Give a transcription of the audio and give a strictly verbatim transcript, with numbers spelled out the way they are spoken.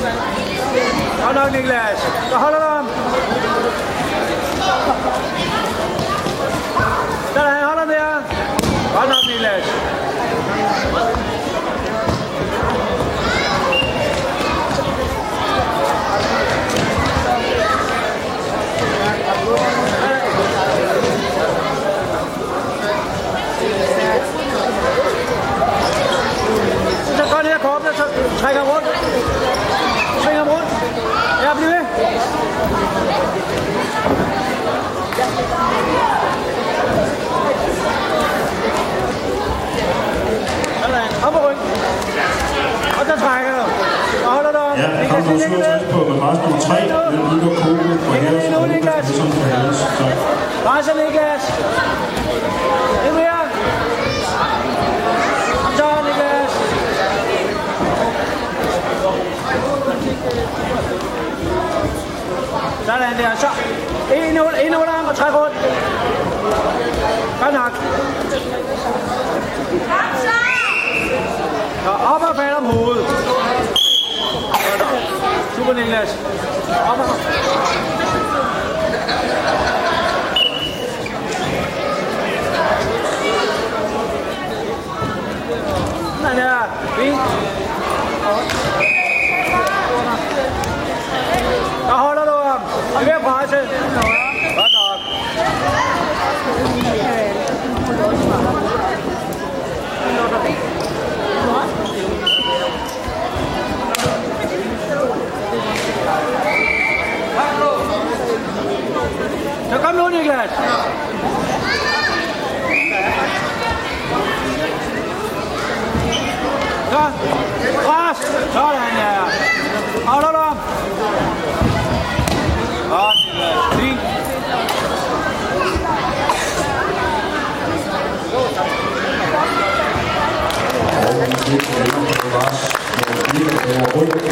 Godt nok, Niklas. Så holder du ham. Sådan, han holder der. Godt nok, Niklas. Så går det her korpene, så trækker ham rundt. Svinger ham rundt. Ja, bliv ved. Sådan, op på ryggen. Og så trækker du. Så holder du om. Ja, kom nu syvogtres på madras nummer tre. Den lytter kogen på hæves. Nu, Niklas. Presser, Niklas. Lidt mere. Så, Niklas. Sådan der. Så. En under ham og træk rundt. Godt nok. Så op og fald om hovedet. Super, Niklas. Op og. Sådan der. Fint. Så holder du ham. Og ved at presse. Godt nok. Så kom nu, Niklas. Så, pres. Sådan der. Holder du ham. Godt, Niklas. Fint. Og